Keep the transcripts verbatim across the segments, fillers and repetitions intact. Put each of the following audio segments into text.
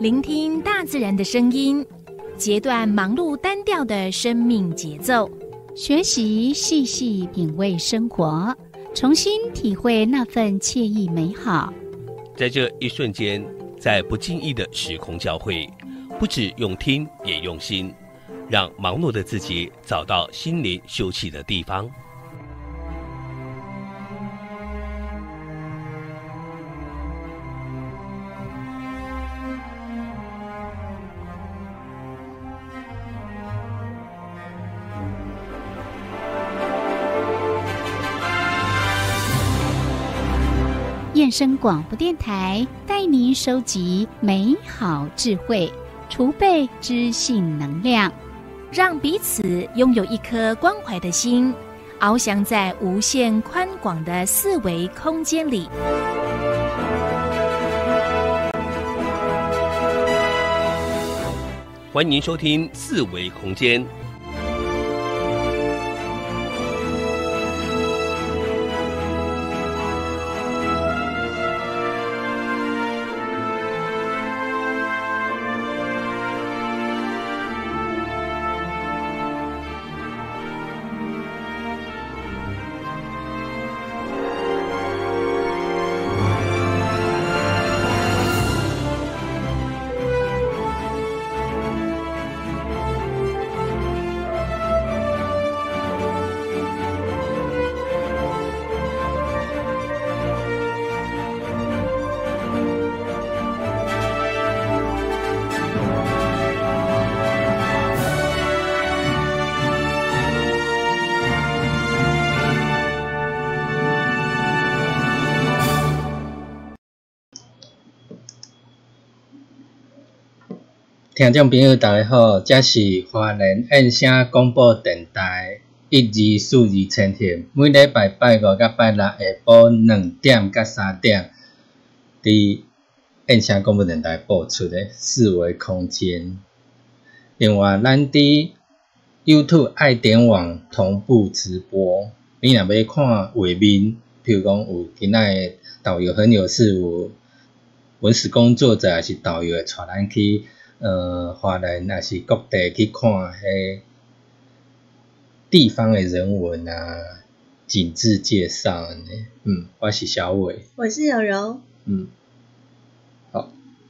聆听大自然的声音，截断忙碌单调的生命节奏， 学习细细品味生活，重新体会那份惬意美好。 在这一瞬间，在不经意的时空交汇，不只用听也用心，让忙碌的自己找到心灵休憩的地方。 燕声广播电台带您收集美好智慧，储备知性能量， 让彼此拥有一颗关怀的心，翱翔在无限宽广的四维空间里。 欢迎收听四维空间。 听众朋友大家好，这是华人燕声广播电台一二四二千赫，每礼拜拜五甲拜六下晡两点甲三点，伫燕声广播电台播出的四维空间。另外，咱伫 YouTube 爱点网同步直播，你若要看画面，譬如讲有今仔的导游很有事，有文史工作者还是导游会带咱去。呃，华人也是各地去看迄地方的人文啊、景致介绍安尼。嗯，我是小伟， 我是柔柔。 嗯，好。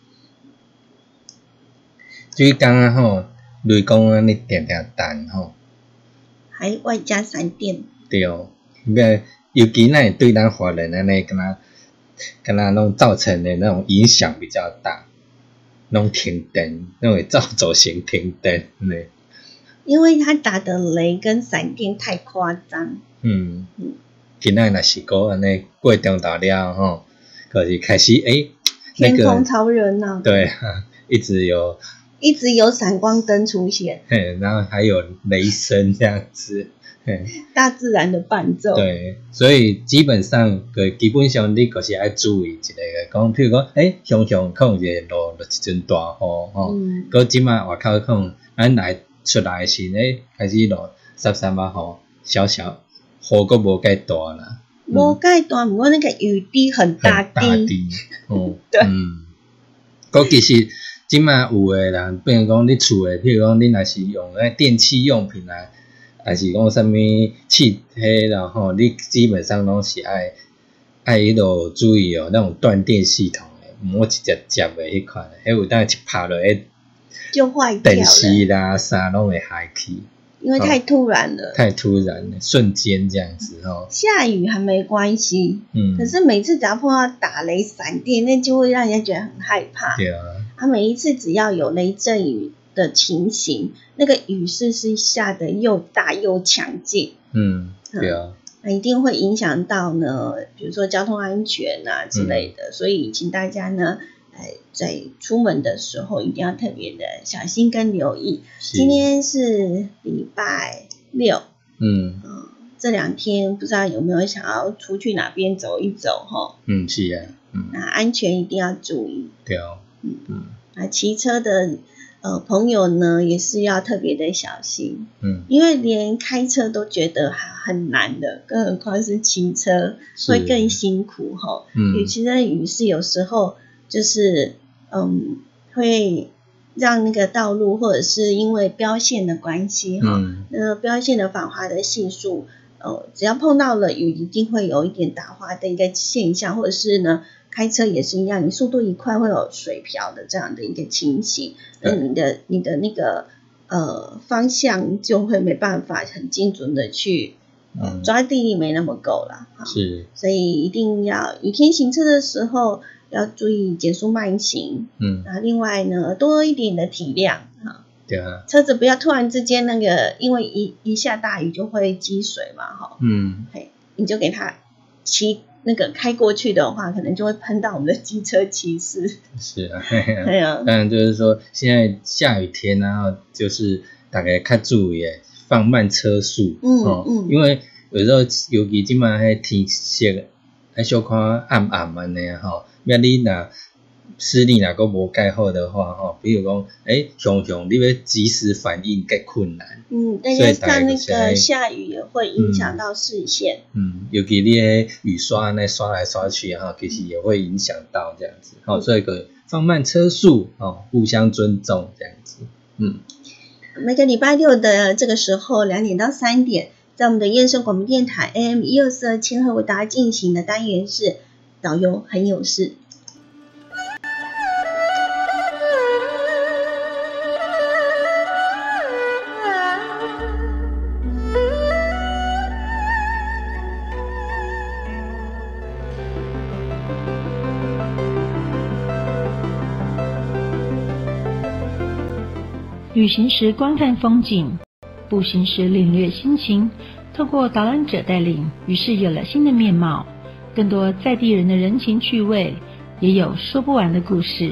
就是刚刚吼，雷公安尼定定弹吼， 还外加闪电。 对哦，尤其那对咱华人安尼，敢若敢若拢造成的那种影响比较大。弄停灯，那种造走形停灯呢？ 因为他打的雷跟闪电太夸张。 嗯嗯，今仔若是讲安尼过中昼了吼，可是开始诶，那个天空超热闹。 对，一直有， 一直有闪光灯出现。 嘿，然后还有雷声这样子。 大自然的伴奏。 对，所以基本上，基本上你就是要注意一个个，讲譬如讲，诶，常常可能一个落落一阵大雨吼，嗯，搁即马外口可能咱来出来时诶，开始落沙沙啊吼，小小雨搁无介大啦， 无介大，不过那个雨滴很大滴， 很大滴，嗯， 对， 嗯，搁其实即马有诶人，比如讲你厝诶，譬如讲你若是用诶电器用品啊。还是讲啥物气迄然后你基本上拢是爱爱迄落注意哦，那种断电系统诶，毋好直接接诶迄款诶，迄有当一拍落去就坏掉了， 电视啦啥拢会害去， 因为太突然了， 哦、太突然了，瞬间这样子哦。 下雨还没关系，嗯，可是每次只要碰到打雷闪电，那就会让人家觉得很害怕。 对啊， 啊，每一次只要有雷阵雨的情形，那个雨势是下得又大又强劲，嗯，对啊，那一定会影响到呢，比如说交通安全啊之类的，嗯、所以请大家呢，呃，在出门的时候一定要特别的小心跟留意。今天是礼拜六，嗯，呃、这两天不知道有没有想要出去哪边走一走哈？ 嗯，是啊，嗯， 那安全一定要注意。 对哦，嗯嗯， 那骑车的。呃，朋友呢也是要特别的小心，嗯，因为连开车都觉得很难的，更何况是骑车会更辛苦哈。嗯，尤其是雨势有时候就是嗯会让那个道路或者是因为标线的关系哈，嗯，那标线的防滑的系数，呃，只要碰到了雨，一定会有一点打滑的一个现象，或者是呢，开车也是一样，你速度一快会有水漂的这样的一个情形，那你的你的那个呃方向就会没办法很精准的去。嗯、抓地力没那么够啦， 是， 所以一定要雨天行车的时候要注意减速慢行，嗯，然后另外呢多一点的体谅哈， 对啊， 车子不要突然之间那个，因为一一下大雨就会积水嘛，哈，嗯，嘿，你就给它骑那个开过去的话，可能就会喷到我们的机车骑士。 是啊，对啊，当然就是说现在下雨天啊，就是大家较注意诶。放慢车速，嗯哦、嗯，因为有时候尤其即马迄天色，还小可暗暗安尼啊吼，要你若视力若个无盖好的话吼，比如讲，诶，常常你要及时反应更困难。 嗯，再加上那个下雨也会影响到视线。 嗯，嗯尤其你迄雨刷那刷来刷去哈，其实也会影响到这样子。好、嗯，所以个放慢车速哦，互相尊重这样子。嗯。 每个礼拜六的这个时候，两点到三点，在我们的燕声广播电台 A M 一二四二千赫为大家进行的单元是导游很有事。 旅行时观看风景，步行时领略心情，透过导览者带领，于是有了新的面貌，更多在地人的人情趣味，也有说不完的故事。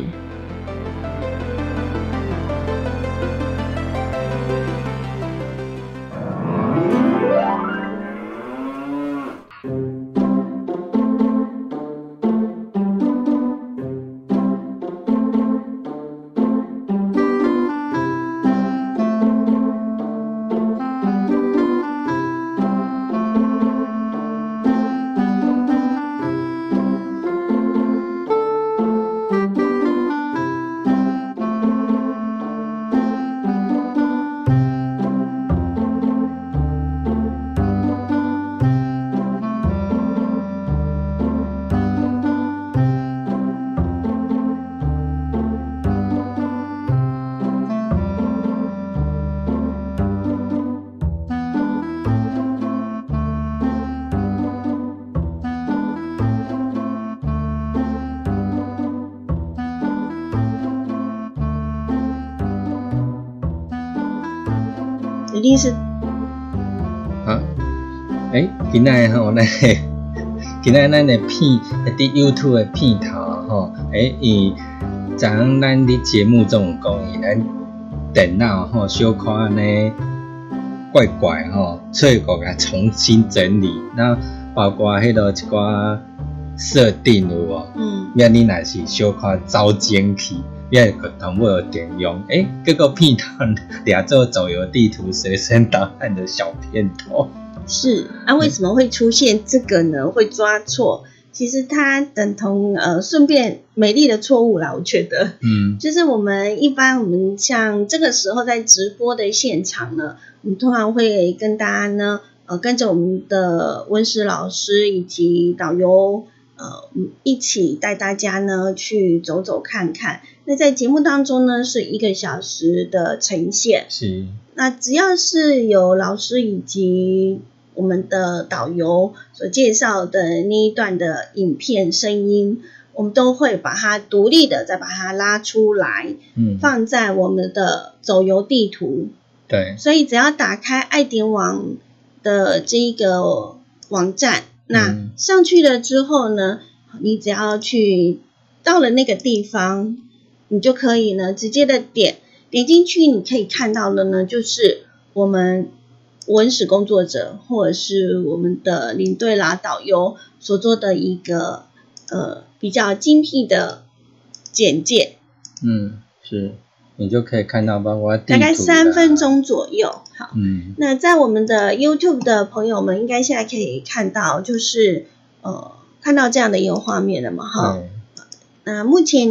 一定是啊，诶，今仔吼，咱今仔咱的片伫 YouTube 的片头吼，诶，伊昨昏咱伫节目中讲伊咱电脑吼小可安尼怪怪吼，所以个甲重新整理，那包括迄落一寡设定有无？嗯，免你若是小可走精去。要个同步有点用，诶，结果片头俩做走游地图随身导览的小片头。 是啊，为什么会出现这个呢？会抓错？其实它等同呃顺便美丽的错误啦，我觉得。嗯，就是我们一般我们像这个时候在直播的现场呢，我们通常会跟大家呢，呃，跟着我们的文史老师以及导游。呃，一起带大家呢去走走看看。那在节目当中呢，是一个小时的呈现。 是。 那只要是有老师以及我们的导游所介绍的那一段的影片声音，我们都会把它独立的再把它拉出来，嗯，放在我们的走游地图。 对。 所以只要打开爱点网的这一个网站。那上去了之后呢，你只要去到了那个地方，你就可以呢直接的点点进去，你可以看到的呢就是我们文史工作者或者是我们的领队啦导游所做的一个呃比较精辟的简介。 嗯，是。你就可以看到包括地图大概三分钟左右。好，嗯，那在我们的 YouTube 的朋友们应该现在可以看到，就是呃看到这样的一个画面了嘛，哈。那目前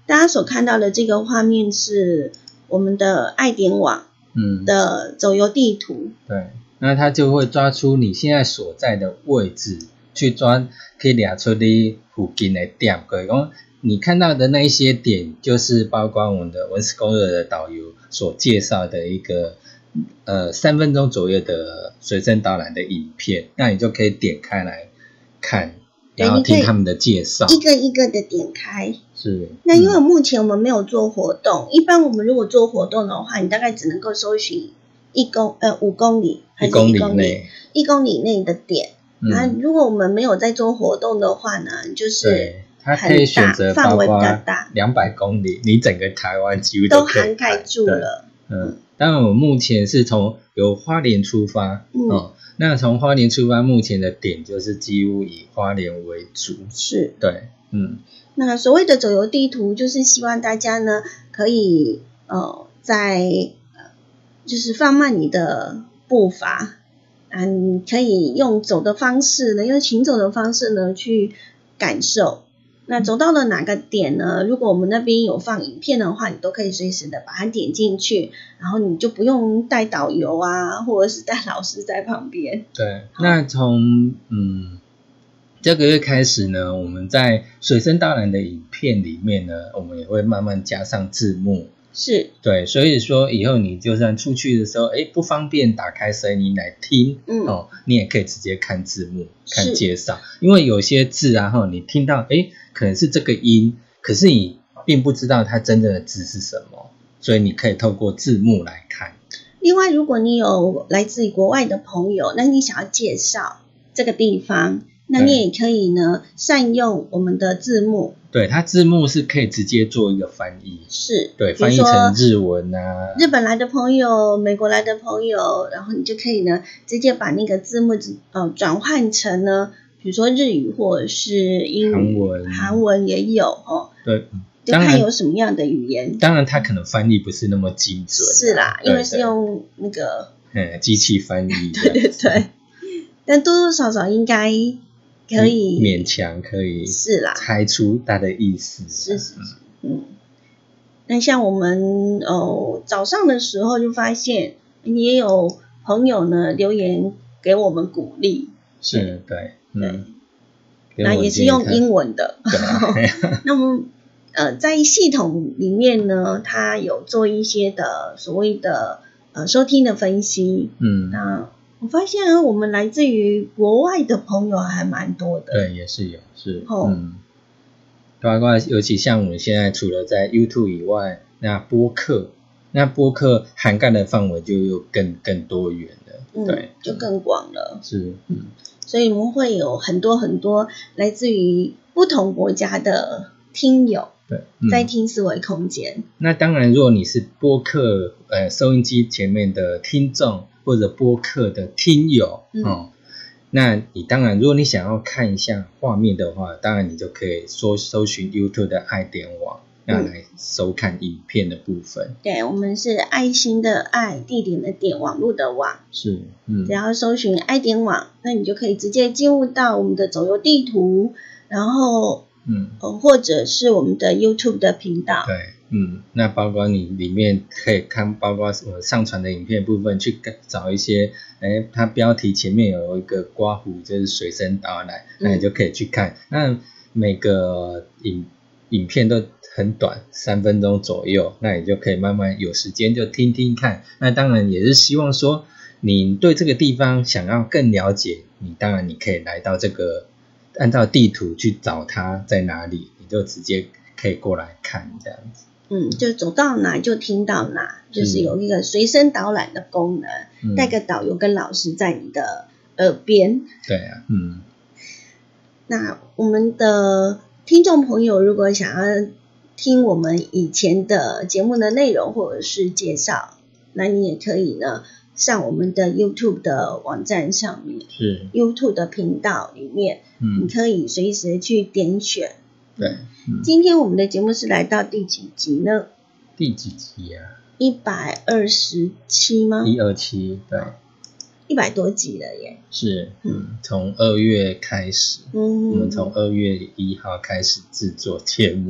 大家所看到的这个画面是我们的爱点网的走游地图。 嗯、对，那它就会抓出你现在所在的位置，去抓可以抓出你附近的点，可以说你看到的那一些点，就是包括我们的文史工乐的导游所介绍的一个呃三分钟左右的随身导览的影片，那你就可以点开来看。然后听他们的介绍， 一个一个的点开。 是。 那因为目前我们没有做活动，嗯、一般我们如果做活动的话，你大概只能够搜寻一公呃五公里还是一公里内一公里内的点。嗯、那如果我们没有在做活动的话呢，就是它可以选择范围比较大， 两百公里，你整个台湾几乎都涵盖住了。 嗯，当然我目前是从由花莲出发，嗯。哦，那从花莲出发，目前的点就是几乎以花莲为主。 是， 对，嗯。 那所谓的走游地图，就是希望大家呢，可以呃，在就是放慢你的步伐，啊，你可以用走的方式呢，用行走的方式呢，去感受。那走到了哪个点呢？如果我们那边有放影片的话，你都可以随时的把它点进去，然后你就不用带导游啊，或者是带老师在旁边。 对，那从嗯这个月开始呢，我们在随身导览的影片里面呢，我们也会慢慢加上字幕。 是， 对，所以说以后你就算出去的时候，哎，不方便打开声音来听，嗯，哦，你也可以直接看字幕、看介绍，因为有些字啊，哈，你听到，哎，可能是这个音，可是你并不知道它真正的字是什么，所以你可以透过字幕来看。 另外，如果你有来自于国外的朋友，那你想要介绍这个地方，那你也可以呢善用我们的字幕。 对，它字幕是可以直接做一个翻译， 是， 对，翻译成日文啊。 日本来的朋友、美国来的朋友，然后你就可以呢直接把那个字幕呃转换成呢，比如说日语或者是英语、 韩文， 韩文也有哦。 对， 就看有什么样的语言。 当然，它可能翻译不是那么精准、啊。 是啦，因为是用那个嗯机器翻译的。 对对对，但多多少少应该。可以勉强可以是啦， 猜出它的意思。 是是是，嗯。那像我们哦早上的时候就发现也有朋友呢留言给我们鼓励， 是对，嗯， 那也是用英文的。那么呃在系统里面呢，它有做一些的所谓的呃收听的分析，嗯，那。我发现我们来自于国外的朋友还蛮多的。 对，也是有，是，哦、嗯，包括尤其像我们现在除了在 YouTube 以外，那播客，那播客涵盖的范围就又更更多元了，嗯、对， 就更广了。 是，嗯， 所以我们会有很多很多来自于不同国家的听友。 对，嗯、 在听思维空间。 那当然，如果你是播客呃收音机前面的听众。或者播客的听友、嗯哦、那你当然如果你想要看一下画面的话，当然你就可以搜搜寻 YouTube 的爱点网，那来收看影片的部分、 嗯、对，我们是爱心的爱，地点的点，网络的网， 是，嗯， 只要搜寻爱点网，那你就可以直接进入到我们的走游地图，然后嗯、呃，或者是我们的 YouTube 的频道， 对，嗯，那包括你里面可以看，包括我上传的影片部分，去找一些，哎，它标题前面有一个刮胡，就是随身导览，那你就可以去看。嗯、那每个影影片都很短，三分钟左右，那你就可以慢慢有时间就听听看。那当然也是希望说，你对这个地方想要更了解，你当然你可以来到这个，按照地图去找它在哪里，你就直接可以过来看这样子。 嗯，就走到哪就听到哪，就是有一个随身导览的功能，嗯、带个导游跟老师在你的耳边。 对啊，嗯。 那我们的听众朋友如果想要听我们以前的节目的内容或者是介绍，那你也可以呢上我们的 YouTube 的网站上面， 是 YouTube 的频道里面，嗯，你可以随时去点选。 对， 嗯、今天我们的节目是来到第几集呢？ 第几集啊？ 一百二十七吗？ 一二七，对， 一百多集了耶。 是，嗯，从二月开始，嗯，我们从二月一号开始制作节目。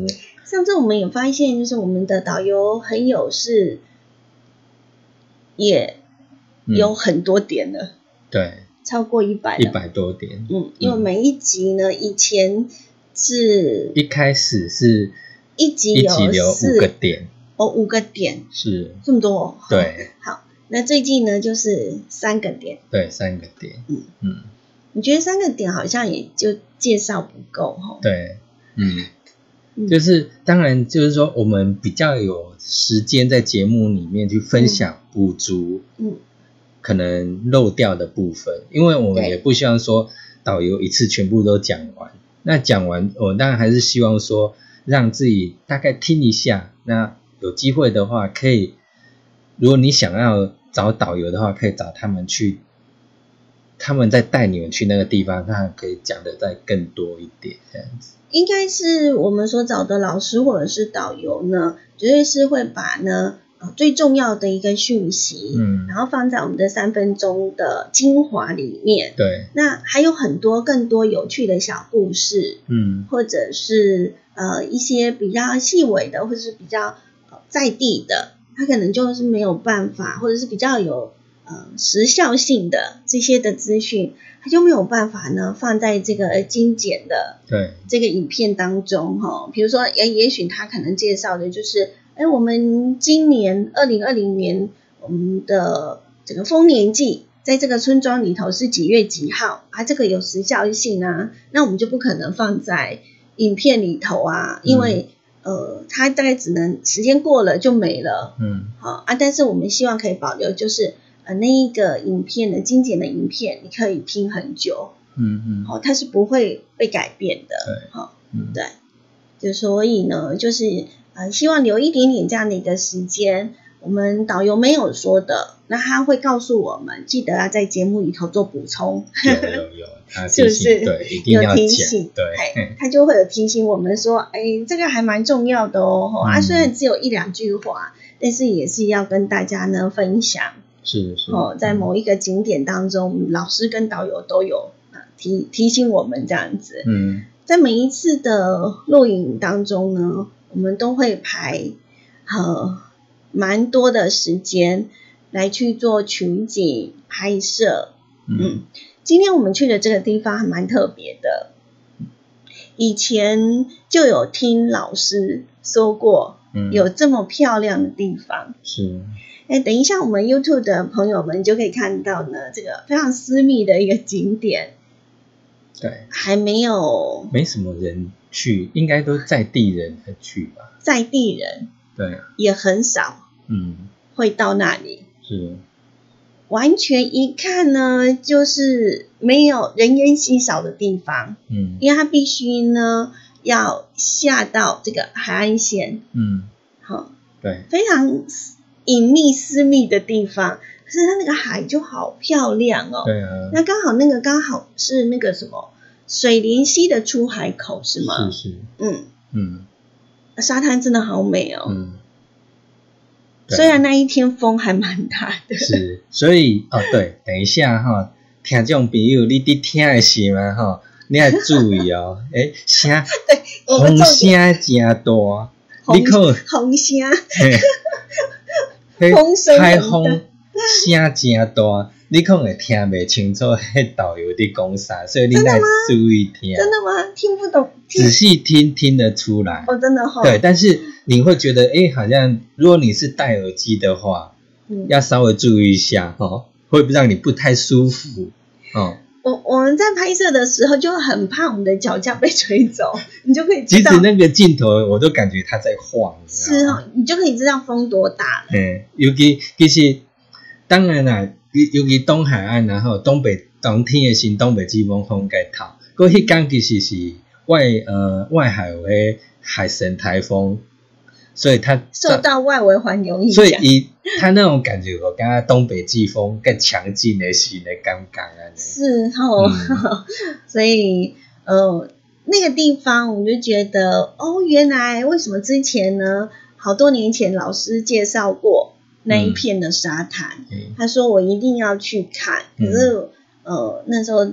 上次我们有发现，就是我们的导游很有事，也有很多点了，嗯、 对， 超过一百， 一百多点。 嗯，因为每一集呢，以前是一开始是一集有五个点， 哦，五个点是这么多、哦， 对， 好，那最近呢就是三个点， 对，三个点，嗯嗯， 你觉得三个点好像也就介绍不够哈、哦？ 对，嗯。就是当然就是说我们比较有时间在节目里面去分享补足嗯可能漏掉的部分，因为我们也不希望说导游一次全部都讲完，那讲完我当然还是希望说让自己大概听一下，那有机会的话可以，如果你想要找导游的话可以找他们去，他们再带你们去那个地方，他可以讲的再更多一点这样子。 应该是我们所找的老师或者是导游呢，绝对是会把呢、呃、最重要的一个讯息，嗯，然后放在我们的三分钟的精华里面。 对， 那还有很多更多有趣的小故事， 嗯， 或者是呃一些比较细微的，或者是比较、呃、在地的，他可能就是没有办法，或者是比较有呃时效性的这些的资讯。他就没有办法呢放在这个精简的对这个影片当中哈，比如说也也许他可能介绍的就是哎我们今年二零二零年我们的这个丰年祭在这个村庄里头是几月几号啊，这个有时效性啊，那我们就不可能放在影片里头啊，因为、嗯、呃它大概只能时间过了就没了， 嗯好啊，但是我们希望可以保留就是呃，那一个影片的精简的影片，你可以听很久， 嗯嗯， 哦，它是不会被改变的， 对， 好、哦嗯， 对，就所以呢，就是呃，希望留一点点这样的一个时间，我们导游没有说的，那他会告诉我们，记得要在节目里头做补充， 有有有，他是不是？ 对，一定要有提醒， 对， 他就会有提醒我们说，哎，这个还蛮重要的哦，嗯、啊，虽然只有一两句话，但是也是要跟大家呢分享。 是是哦，在某一个景点当中，嗯、老师跟导游都有、啊、提提醒我们这样子。 嗯， 在每一次的录影当中呢，我们都会排呃蛮多的时间来去做取景拍摄。嗯，嗯今天我们去的这个地方还蛮特别的，以前就有听老师说过，嗯、有这么漂亮的地方。 是。 哎，等一下，我们 YouTube 的朋友们就可以看到呢，这个非常私密的一个景点， 对， 还没有， 没什么人去，应该都在地人才去吧？ 在地人， 对， 也很少， 嗯， 会到那里， 是， 完全一看呢，就是没有人烟稀少的地方， 嗯， 因为它必须呢要下到这个海岸线， 嗯， 好、哦， 对， 非常隐秘私密的地方，可是它那个海就好漂亮哦。 对啊。 那刚好那个刚好是那个什么水莲溪的出海口是吗？ 是是。 嗯嗯。 沙滩真的好美哦。 嗯。 虽然那一天风还蛮大的。 是，所以哦对，等一下哈、哦，听众朋友你伫听的时嘛哈、哦，你要注意哦，诶，声， 对， 风声真大，你看风声。 风声海风声真大，你可能听袂清楚迄导游伫讲啥，所以你要注意听。 真的吗？听不懂。 仔细听听得出来。 哦，真的哈、哦。 对，但是你会觉得，诶，好像如果你是戴耳机的话，嗯、要稍微注意一下哈、哦，会让你不太舒服哦。 我我们在拍摄的时候就很怕我们的脚架被吹走，你就可以知道。 其实那个镜头我都感觉它在晃。 是哦，你就可以知道风多大了。 嗯，尤其其实当然啦，尤其东海岸然后东北冬天的时候，东北季风风在透，过迄天其实是外呃外海有迄海神台风，所以它受到外围环流影响， 所以以它那种感觉，我刚刚东北季风更强劲的时的感觉啊。 是哦，嗯、所以呃那个地方我就觉得哦，原来为什么之前呢，好多年前老师介绍过那一片的沙滩，嗯、他说我一定要去看，可是、嗯、呃那时候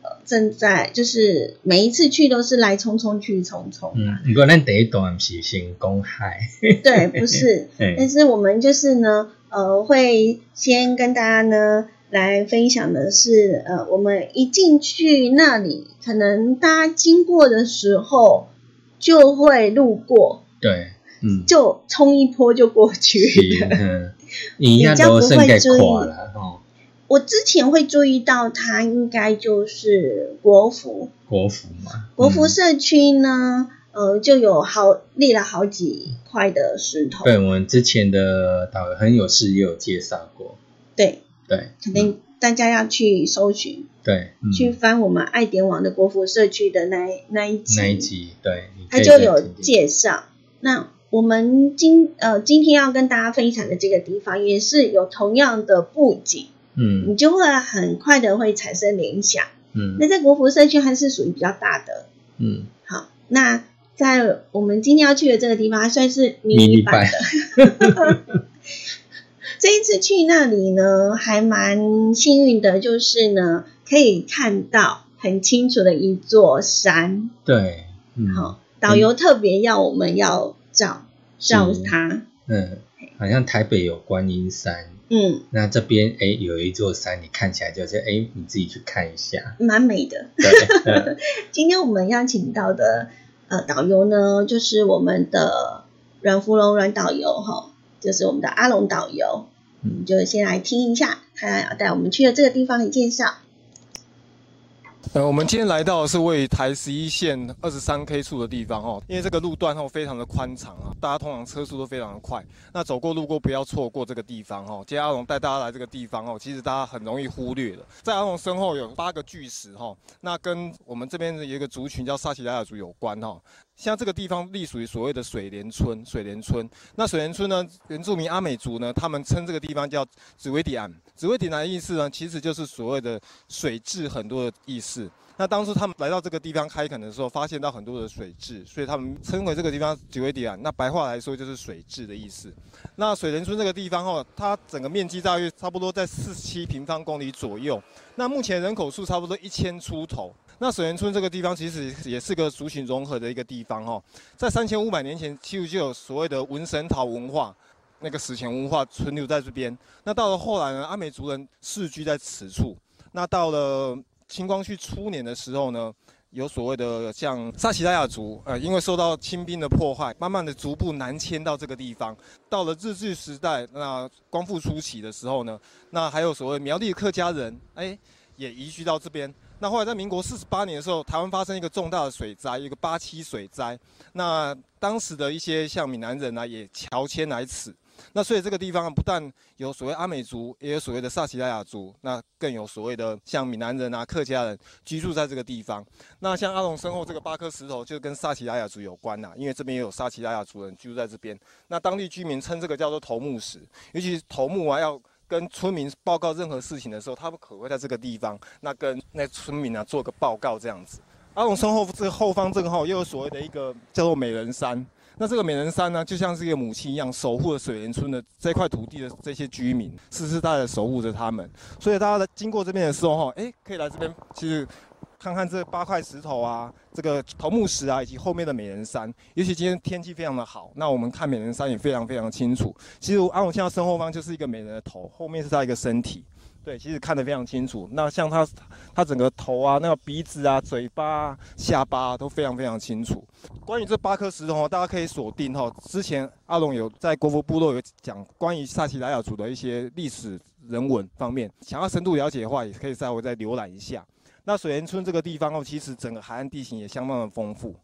正在就是每一次去都是来匆匆去匆匆。 嗯，不过咱第一段不是先公海。 对，不是，但是我们就是呢，呃，会先跟大家呢来分享的是，呃，我们一进去那里，可能大家经过的时候就会路过， 对，嗯， 就冲一波就过去了， 嗯，比较不会注意了哦。 我之前会注意到它应该就是国服， 国服嘛， 国服社区呢，嗯、呃，就有好立了好几块的石头。 对，我们之前的导游很有事也有介绍过。 对对， 可能大家要去搜寻， 对， 嗯、去翻我们爱点网的国服社区的那那一集， 那一集对， 它就有介绍。那我们今呃今天要跟大家分享的这个地方，也是有同样的布景。嗯，你就会很快的会产生联想。嗯，那在国服社区还是属于比较大的。嗯，好，那在我们今天要去的这个地方，还算是迷你版的。这一次去那里呢，还蛮幸运的，就是呢，可以看到很清楚的一座山。 对， 嗯，好，导游特别要我们要照照它。 嗯，好像台北有观音山。嗯，那这边哎有一座山，你看起来就是哎，你自己去看一下， 蛮美的。对，嗯、今天我们邀请到的呃导游呢，就是我们的阮福龙阮导游哈，就是我们的阿龙导游。嗯，就先来听一下他要带我们去的这个地方的介绍。 呃，我们今天来到的是位于台十一线二十三 K 处的地方哦，因为这个路段哦非常的宽敞啊，大家通常车速都非常的快，那走过路过不要错过这个地方哦。今天阿龙带大家来这个地方哦，其实大家很容易忽略了，在阿龙身后有八个巨石哈，那跟我们这边有一个族群叫萨奇莱雅族有关哈。像这个地方隶属于所谓的水莲村，水莲村。那水莲村呢，原住民阿美族呢，他们称这个地方叫紫薇迪安。紫薇迪安的意思呢，其实就是所谓的水质很多的意思。那当初他们来到这个地方开垦的时候，发现到很多的水质，所以他们称为这个地方紫薇迪安。那白话来说就是水质的意思。那水莲村这个地方哦，它整个面积大约差不多在四十七平方公里左右。那目前人口数差不多一千出头。那水莲村这个地方其实也是个族群融合的一个地方哦，在三千五百年前其实就有所谓的文神陶文化，那个史前文化存留在这边。那到了后来呢，阿美族人世居在此处。那到了清光绪初年的时候呢，有所谓的像萨奇莱雅族，呃，因为受到清兵的迫害，慢慢的逐步南迁到这个地方。到了日治时代，那光复初期的时候呢，那还有所谓苗栗客家人，哎，也移居到这边。那后来在民国四十八年的时候，台湾发生一个重大的水灾，一个八七水灾。那当时的一些像闽南人啊，也侨迁来此。那所以这个地方不但有所谓阿美族，也有所谓的萨奇莱雅族，那更有所谓的像闽南人啊、客家人居住在这个地方。那像阿龙身后这个八颗石头，就跟萨奇莱雅族有关呐、啊，因为这边也有萨奇莱雅族人居住在这边。那当地居民称这个叫做头目石，尤其是头目啊要跟村民报告任何事情的时候，他们可会在这个地方，那跟那村民啊做个报告这样子。阿龙身后这个后方正后又有所谓的一个叫做美人山。那这个美人山呢，就像是一个母亲一样，守护了水莲村的这块土地的这些居民，世世代代的守护着他们。所以大家在经过这边的时候，哎，可以来这边，其实看看这八块石头啊，这个头目石啊，以及后面的美人山。尤其今天天气非常的好，那我们看美人山也非常非常清楚。其实阿龙现在身后方就是一个美人的头，后面是他一个身体。对，其实看得非常清楚。那像他，他整个头啊，那个鼻子啊、嘴巴啊、下巴啊，都非常非常清楚。关于这八颗石头，大家可以锁定哈。之前阿龙有在国服部落有讲关于萨奇莱雅族的一些历史人文方面，想要深度了解的话，也可以稍微再浏览一下。那水莲村这个地方哦，其实整个海岸地形也相当的丰富。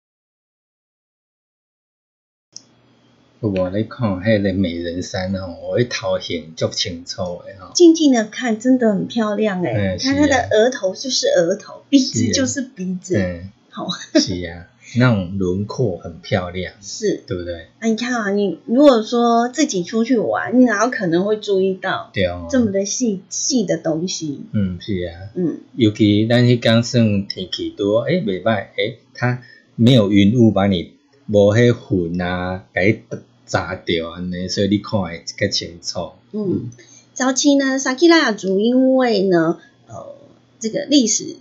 我来看迄个美人山吼，我的头型足清楚的吼。 静静的看，真的很漂亮哎、欸！嗯、看它的额头就是额头，鼻子就是鼻子，嗯，好。 是啊，那种轮廓很漂亮， 是， 对不对？ 那、啊、你看啊，你如果说自己出去玩，你哪有可能会注意到对、哦、这么的细细的东西？嗯， 是啊，嗯，尤其咱迄天算天气多，诶，袂歹，诶，它没有云雾把你无迄云啊，给炸掉安尼，所以你看会更清楚。 嗯，早期呢，萨奇莱雅族因为呢，呃，这个历史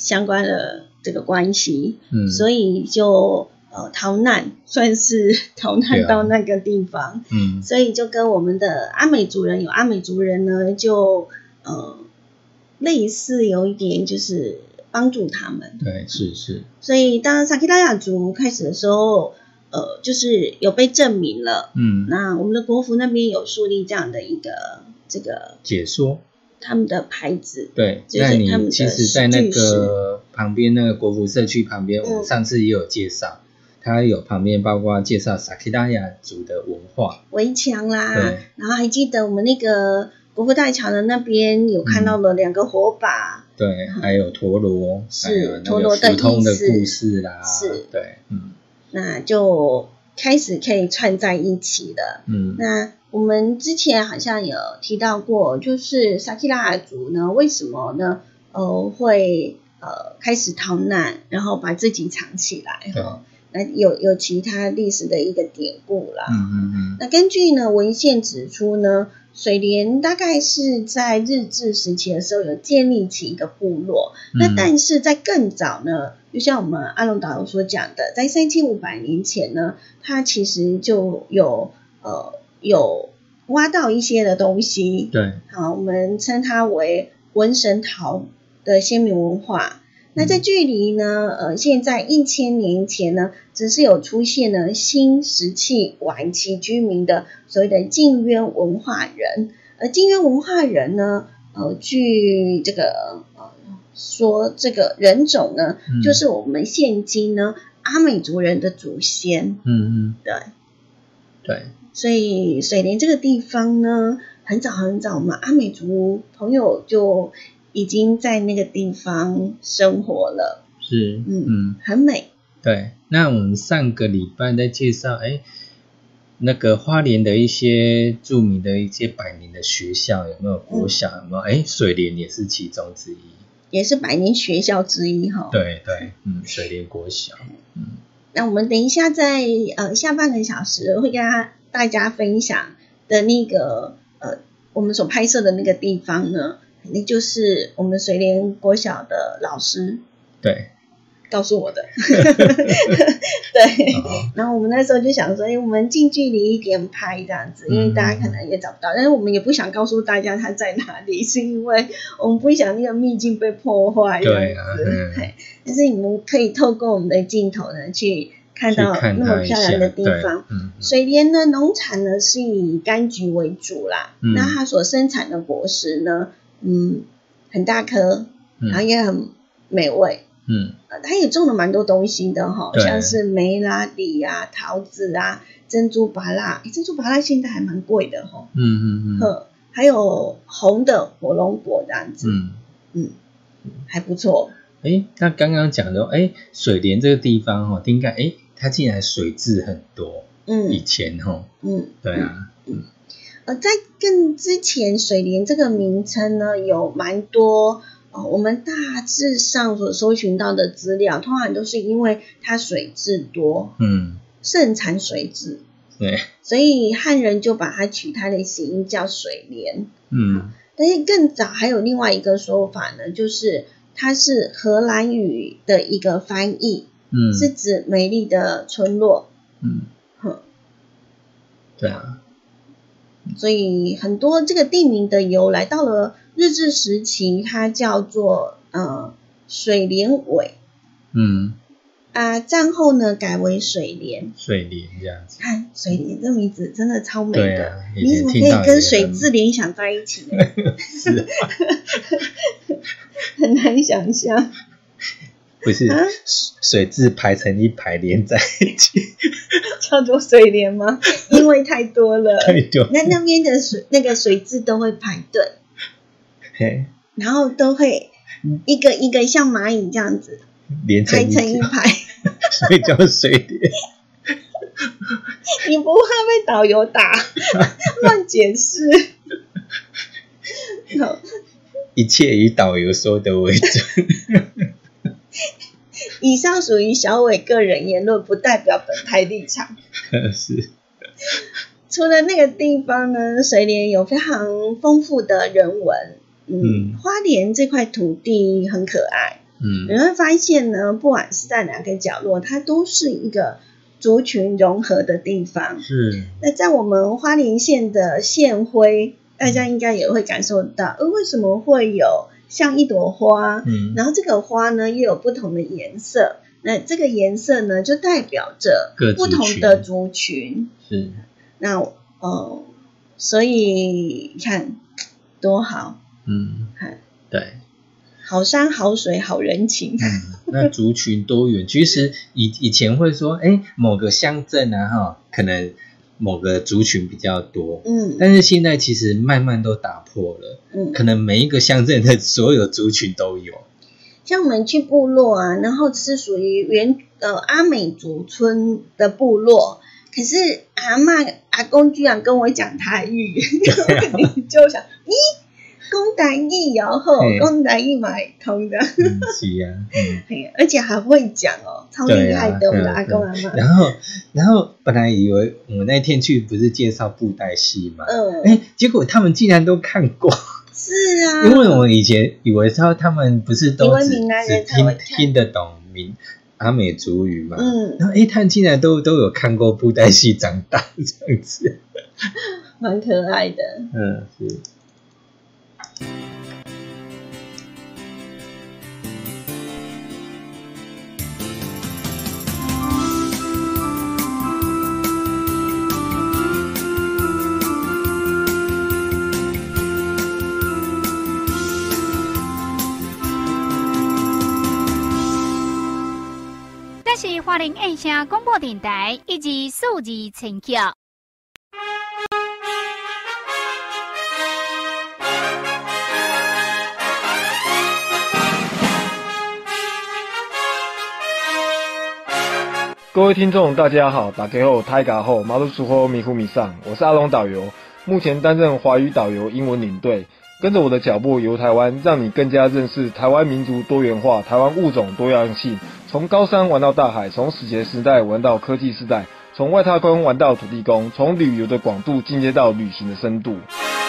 相关的这个关系，嗯，所以就呃逃难，算是逃难到那个地方，嗯，所以就跟我们的阿美族人有阿美族人呢，就呃类似有一点就是帮助他们， 对，是是， 所以当萨克拉雅族开始的时候。呃，就是有被证明了，嗯，那我们的国服那边有树立这样的一个这个解说， 他们的牌子， 对，就是他们的其实，在那个旁边那个国服社区旁边，嗯、我们上次也有介绍，它有旁边包括介绍萨克拉雅族的文化围墙啦，然后还记得我们那个国服大桥的那边有看到了两个火把， 嗯、对，还有陀螺， 是陀螺的意思的故事啦， 是， 对，嗯。 那就开始可以串在一起了。嗯，那我们之前好像有提到过，就是萨克拉雅族呢，为什么呢？呃，会呃开始逃难，然后把自己藏起来哈。那有有其他历史的一个典故啦。嗯嗯嗯。那根据呢文献指出呢，水莲大概是在日治时期的时候有建立起一个部落。嗯、那但是在更早呢，就像我们阿龙导游所讲的，在三千五百年前呢，它其实就有呃有挖到一些的东西。对。好，我们称它为文神陶的先民文化。那在距离呢，呃，现在一千年前呢，只是有出现了新石器晚期居民的所谓的晋渊文化人，而晋渊文化人呢，呃，据这个呃说这个人种呢，嗯、就是我们现今呢阿美族人的祖先。嗯嗯，对， 对， 所以水莲这个地方呢，很早很早，我们阿美族朋友就已经在那个地方生活了， 是，嗯嗯，很美。 对，那我们上个礼拜在介绍，哎，那个花莲的一些著名的一些百年的学校，有没有国小？嗯、有没有？哎，水莲也是其中之一， 也是百年学校之一哈。 对对，嗯，水莲国小，嗯。 那我们等一下在呃下半个小时会跟大家分享的那个呃我们所拍摄的那个地方呢。那就是我们水莲国小的老师对告诉我的对、哦、然后我们那时候就想说、欸、我们近距离一点拍这样子，因为大家可能也找不到、嗯、但是我们也不想告诉大家它在哪里，是因为我们不想那个秘境被破坏这样子。对、啊嗯、但是你们可以透过我们的镜头呢去看到那么漂亮的地方。嗯、水莲呢农产呢是以柑橘为主啦、嗯、那它所生产的果实呢嗯，很大颗，然后也很美味。嗯，呃、它也种了蛮多东西的哈，像是梅啦、李啊、桃子啊、珍珠芭乐，珍珠芭乐现在还蛮贵的哈。嗯嗯嗯。呵，还有红的火龙果这样子。嗯嗯，还不错。 哎，那刚刚讲的，哎，水莲这个地方哈，应该哎，它竟然水质很多。嗯，以前哈。嗯，对啊。嗯。 呃，在更之前，水莲这个名称呢，有蛮多呃，我们大致上所搜寻到的资料，通常都是因为它水质多，嗯，盛产水质，对，所以汉人就把它取它的谐音叫水莲，嗯，但是更早还有另外一个说法呢，就是它是荷兰语的一个翻译，嗯，是指美丽的村落，嗯，哼， 对啊。 所以很多这个地名的由来，到了日治时期，它叫做呃水莲尾，嗯，啊战后呢改为水莲， 水莲这样子。 看水莲这名字真的超美的，对啊、你怎么可以跟水质联想在一起呢？是、啊，很难想象。 不是、啊、水质排成一排连在一起， 叫做水莲吗？因为太多了，太多。那那边的水那个水质都会排队，然后都会一个一个像蚂蚁这样子连排成一排， 所以叫水莲。 你不怕被导游打？乱解释。 一切以导游说的为准。 以上属于小伟个人言论，不代表本台立场。 是。 除了那个地方呢，水莲有非常丰富的人文。嗯，嗯花莲这块土地很可爱。 嗯，你会发现呢，不管是在哪个角落，它都是一个族群融合的地方。 是。 那在我们花莲县的县徽，大家应该也会感受到，呃，为什么会有像一朵花？嗯，然后这个花呢，又有不同的颜色。那这个颜色呢，就代表着不同的族群。 是。 那呃，所以看多好。 嗯，对。 好山好水好人情。 嗯，那族群多元，其实以以前会说，哎，某个乡镇啊，哈，可能某个族群比较多，嗯，但是现在其实慢慢都打破了，嗯，可能每一个乡镇的所有族群都有。 像我们去部落啊，然后是属于原呃阿美族村的部落，可是阿嬷阿公居然跟我讲台语，你就想，咦？讲台语然后讲台语嘛会通的， 嗯，是啊，嗯， 而且还会讲哦，超厉害的，我们的阿公阿嬷。 然后，然后本来以为我们那天去不是介绍布袋戏嘛，嗯，哎，结果他们竟然都看过。 是啊， 因为我们以前以为说他们不是都只只听听得懂闽阿美族语嘛，嗯，然后哎，他们竟然都都有看过布袋戏长大这样子， 蛮可爱的， 嗯，是。 这是花莲印象广播电台以及数字陈桥。 各位听众，大家好，大家好，大家好，马路苏后米呼米上，我是阿龙导游，目前担任华语导游、英文领队，跟着我的脚步游台湾，让你更加认识台湾民族多元化，台湾物种多样性，从高山玩到大海，从史前时代玩到科技时代，从外太空玩到土地公，从旅游的广度进阶到旅行的深度。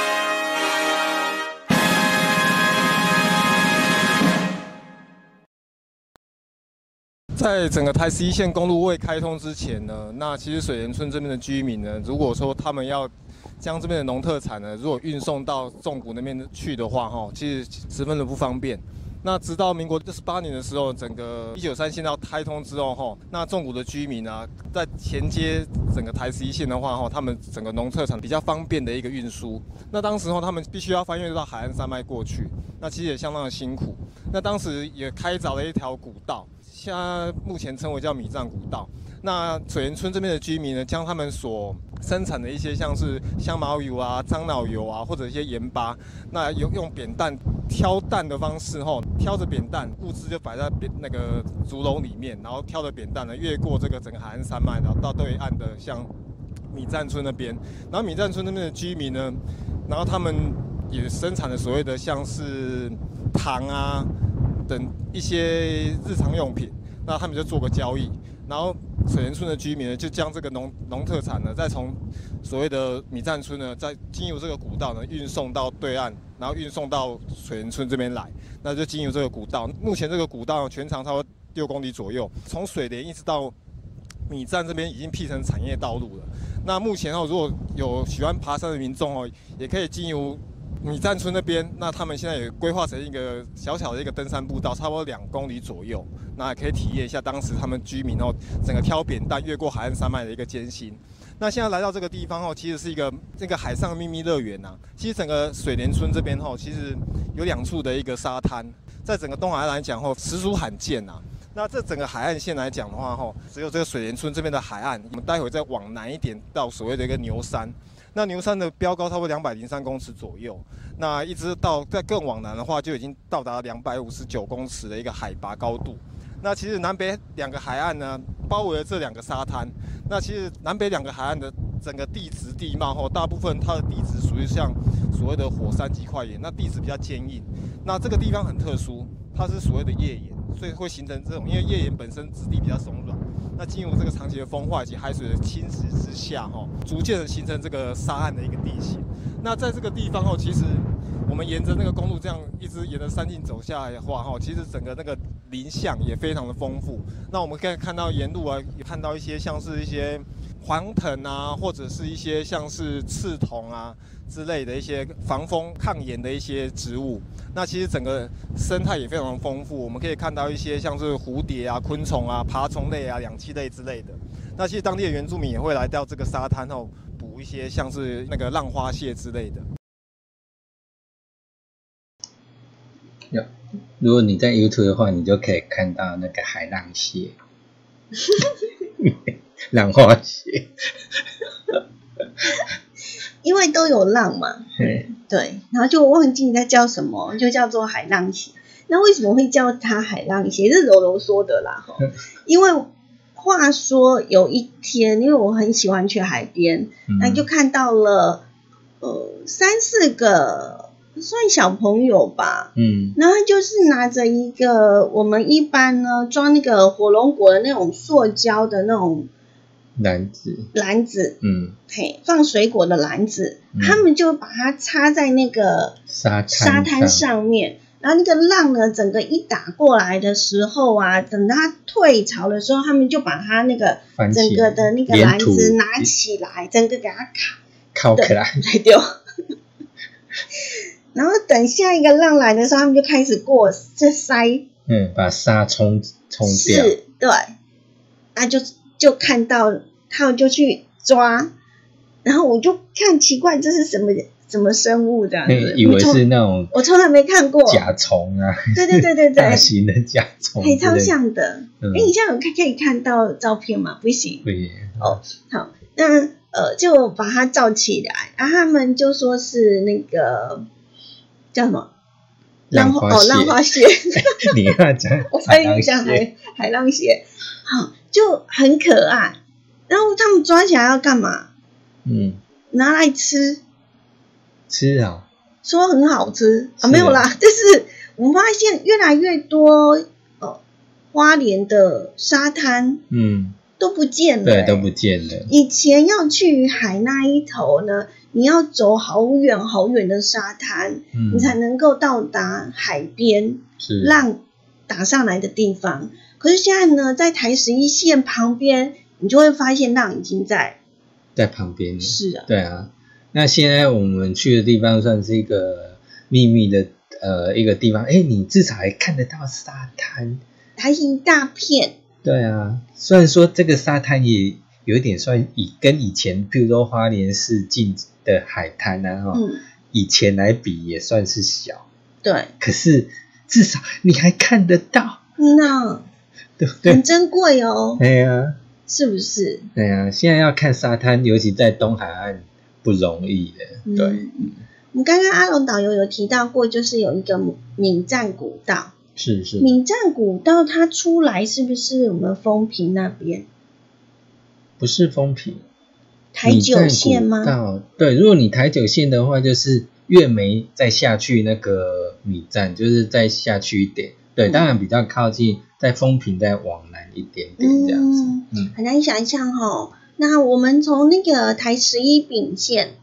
在整个台十一线公路未开通之前呢，那其实水莲村这边的居民呢，如果说他们要将这边的农特产呢，如果运送到纵谷那边去的话，哈，其实十分的不方便。那直到民国六十八年的时候，整个一九三线要开通之后，哈，那纵谷的居民啊，在衔接整个台十一线的话，哈，他们整个农特产比较方便的一个运输。那当时哈，他们必须要翻越到海岸山脉过去，那其实也相当的辛苦。那当时也开凿了一条古道。现在目前称为叫米藏古道。那水莲村这边的居民呢，将他们所生产的一些像是香茅油啊、樟脑油啊，或者一些盐巴，那用用扁担挑担的方式吼，挑着扁担，物资就摆在扁那个竹篓里面，然后挑着扁担呢，越过这个整个海岸山脉，然后到对岸的像米站村那边。然后米站村那边的居民呢，然后他们也生产了所谓的像是糖啊等一些日常用品，那他们就做个交易，然后水莲村的居民呢，就将这个农农特产呢，再从所谓的米站村呢，再经由这个古道呢，运送到对岸，然后运送到水莲村这边来，那就经由这个古道。目前这个古道全长差不多六公里左右，从水莲一直到米站这边已经辟成产业道路了。那目前哦，如果有喜欢爬山的民众哦，也可以经由米站村那边，那他们现在也规划成一个小小的一个登山步道，差不多两公里左右，那也可以体验一下当时他们居民哦，整个挑扁担越过海岸山脉的一个艰辛。那现在来到这个地方哦，其实是一个这个海上秘密乐园呐。其实整个水莲村这边哦，其实有两处的一个沙滩，在整个东海岸来讲哦，实属罕见呐。那这整个海岸线来讲的话哦，只有这个水莲村这边的海岸，我们待会再往南一点到所谓的一个牛山。那牛山的标高差不多两百零三公尺左右，那一直到再更往南的话，就已经到达两百五十九公尺的一个海拔高度。那其实南北两个海岸呢，包围了这两个沙滩。那其实南北两个海岸的整个地质地貌后，大部分它的地质属于像所谓的火山级块岩，那地质比较坚硬。那这个地方很特殊，它是所谓的页岩，所以会形成这种，因为页岩本身质地比较松软。那经由这个长期的风化以及海水的侵蚀之下，哈，逐渐的形成这个沙岸的一个地形。那在这个地方，哈，其实我们沿着那个公路这样一直沿着山径走下来的话，哈，其实整个那个林相也非常的丰富。那我们可以看到沿路啊，也看到一些像是一些黄藤啊，或者是一些像是刺桐啊之类的一些防风抗炎的一些植物。那其实整个生态也非常丰富，我们可以看到一些像是蝴蝶啊、昆虫啊、爬虫类啊、两栖类之类的。那其实当地的原住民也会来到这个沙滩后捕一些像是那个浪花蟹之类的。 如果你在 YouTube 的话，你就可以看到那个海浪蟹、浪花蟹， 因为都有浪嘛，对，然后就忘记它叫什么，就叫做海浪蟹。那为什么会叫它海浪蟹？这是柔柔说的啦，因为话说有一天，因为我很喜欢去海边，嗯、那就看到了呃三四个。算小朋友吧，嗯，然后就是拿着一个我们一般呢装那个火龙果的那种塑胶的那种篮子， 篮子， 嗯， 嘿，放水果的篮子，嗯、他们就把它插在那个沙滩沙滩上面，然后那个浪呢，整个一打过来的时候啊，等它退潮的时候，他们就把它那个整个的那个篮子拿起来，整个给它卡靠起来， 对。然后等下一个浪来的时候，他们就开始过这塞， 嗯，把沙冲冲掉， 是，对，那就就看到他们就去抓，然后我就看奇怪这是什么什么生物这样子， 以为是那种我从来没看过甲虫啊， 对对对对对， 大型的甲虫， 很超像的。哎、嗯，你现在有看可以看到照片吗？不行， 不行。 哦，好，那呃就把它罩起来，然后他们就说是那个。叫什么？ 浪花蟹哦，浪花蟹。 你要讲， 我才讲海海浪蟹，好，就很可爱。然后他们抓起来要干嘛？嗯，拿来吃。 吃啊？ 说很好吃啊，没有啦，就是我们发现越来越多呃花莲的沙滩，嗯，都不见了、 欸，对，都不见了。 以前要去海那一头呢。你要走好远好远的沙滩，嗯、你才能够到达海边，浪打上来的地方。可是现在呢，在台十一线旁边，你就会发现浪已经在在旁边。 是啊， 对啊。那现在我们去的地方算是一个秘密的呃一个地方，哎，你至少还看得到沙滩， 还一大片。 对啊，虽然说这个沙滩也有一点算以跟以前，譬如说花莲市近的海滩啊，哈、嗯，以前来比也算是小， 对， 可是至少你还看得到， 那对不对？ 很珍贵哦。 对呀， 是不是？ 对呀，现在要看沙滩，尤其在东海岸不容易的，嗯、对。嗯， 我们刚刚阿龙导游有提到过，就是有一个闽湛古道， 是是。 闽湛古道它出来是不是我们丰平那边？ 不是丰平。 台九线吗？ 对，如果你台九线的话，就是月眉再下去那个米站，就是再下去一点。对，当然比较靠近，在丰平再往南一点点这样子。嗯， 嗯很难想象哦。那我们从那个台十一丙线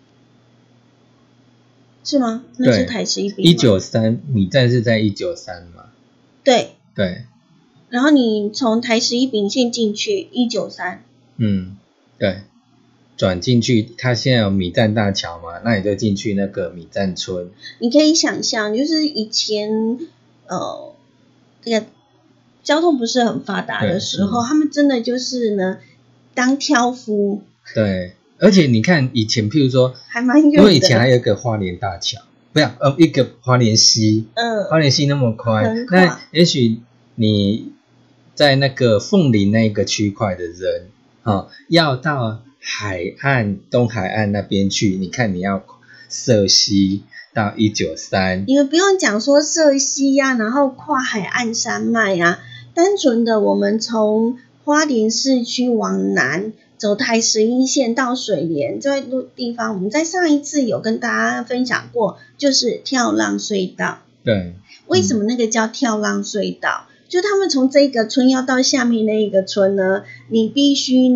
是吗？那是台十一丙。 一九三米站是在一九三嘛？ 对对。 然后你从台十一丙线进去一九三。 嗯，对。转进去，它现在有米站大桥嘛，那你就进去那个米站村。 你可以想象，就是以前呃，这个交通不是很发达的时候，他们真的就是呢当挑夫。 对，而且你看以前，譬如说， 还蛮远的， 因为以前还有一个花莲大桥，不要呃一个花莲溪，嗯，花莲溪那么宽，那也许你在那个凤林那个区块的人，哦，要到海岸东海岸那边去，你看你要涉溪到一九三， 你们不用讲说涉溪呀、啊，然后跨海岸山脉啊，单纯的我们从花莲市区往南走台十一线到水莲这个地方，我们在上一次有跟大家分享过，就是跳浪隧道。 对， 为什么那个叫跳浪隧道？就他们从这个村要到下面那一个村呢，你必须呢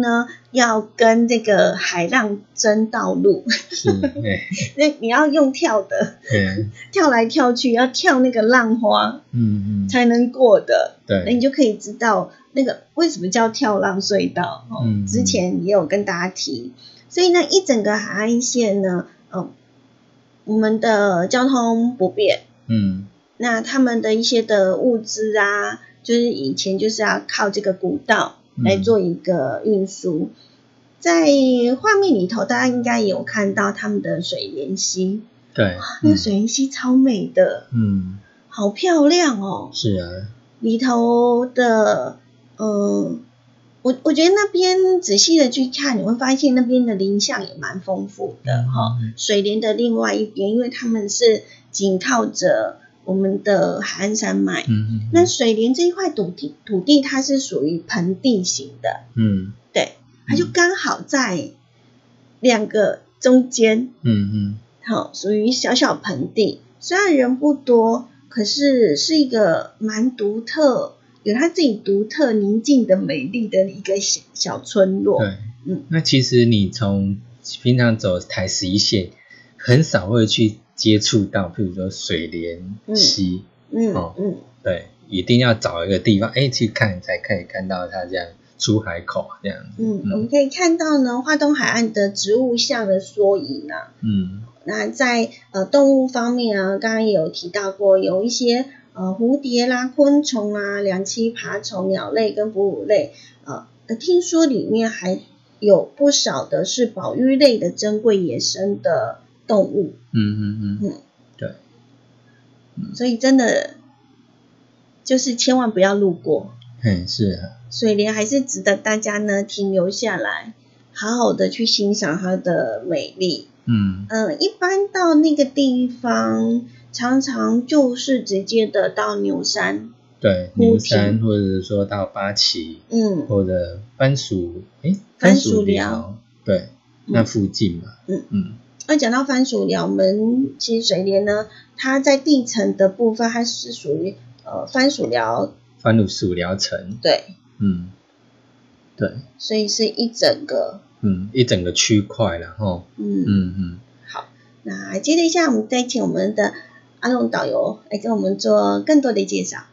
要跟这个海浪争道路， 是， 那你要用跳的，跳来跳去，要跳那个浪花，嗯嗯，才能过的。对，那你就可以知道那个为什么叫跳浪隧道。哦、嗯，之前也有跟大家提，所以呢，一整个海岸线呢，嗯，我们的交通不便，嗯，那他们的一些的物资啊，就是以前就是要靠这个古道来做一个运输。嗯，在画面里头，大家应该也有看到他们的水莲溪， 对， 那个水莲溪超美的，嗯，好漂亮哦。 是啊， 里头的，嗯，我我觉得那边仔细的去看，你会发现那边的林相也蛮丰富的哈、嗯。水莲的另外一边，因为他们是紧靠着我们的海岸山脉，嗯嗯，那水莲这一块土地土地它是属于盆地型的，嗯，对。它就刚好在两个中间，嗯嗯，好，属于小小盆地，虽然人不多，可是是一个蛮独特，有它自己独特宁静的美丽的一个小小村落。 对，嗯，那其实你从平常走台十一线，很少会去接触到，譬如说水莲溪，嗯哦、嗯，对，一定要找一个地方，哎，去看才可以看到它这样。出海口这样子， 嗯，我们可以看到呢，花东海岸的植物相的缩影啊，嗯，那在呃动物方面啊，刚刚也有提到过，有一些呃蝴蝶啦、昆虫啊、两栖爬虫、鸟类跟哺乳类，呃，听说里面还有不少的是保育类的珍贵野生的动物，嗯嗯嗯，嗯，对，嗯，所以真的就是千万不要路过。 嗯，是啊， 水莲还是值得大家呢停留下来，好好的去欣赏它的美丽。嗯嗯、呃，一般到那个地方，常常就是直接的到牛山， 对，牛山或者说到八旗，嗯，或者番薯，诶， 番薯寮， 对，那附近嘛，嗯嗯。那讲到番薯寮，我们其实水莲呢，它在地层的部分，它是属于呃番薯寮。 番薯寮城， 对， 嗯，对， 所以是一整个， 嗯，一整个区块了哈，嗯嗯嗯， 好，那接着一下，我们再请我们的阿龙导游来跟我们做更多的介绍。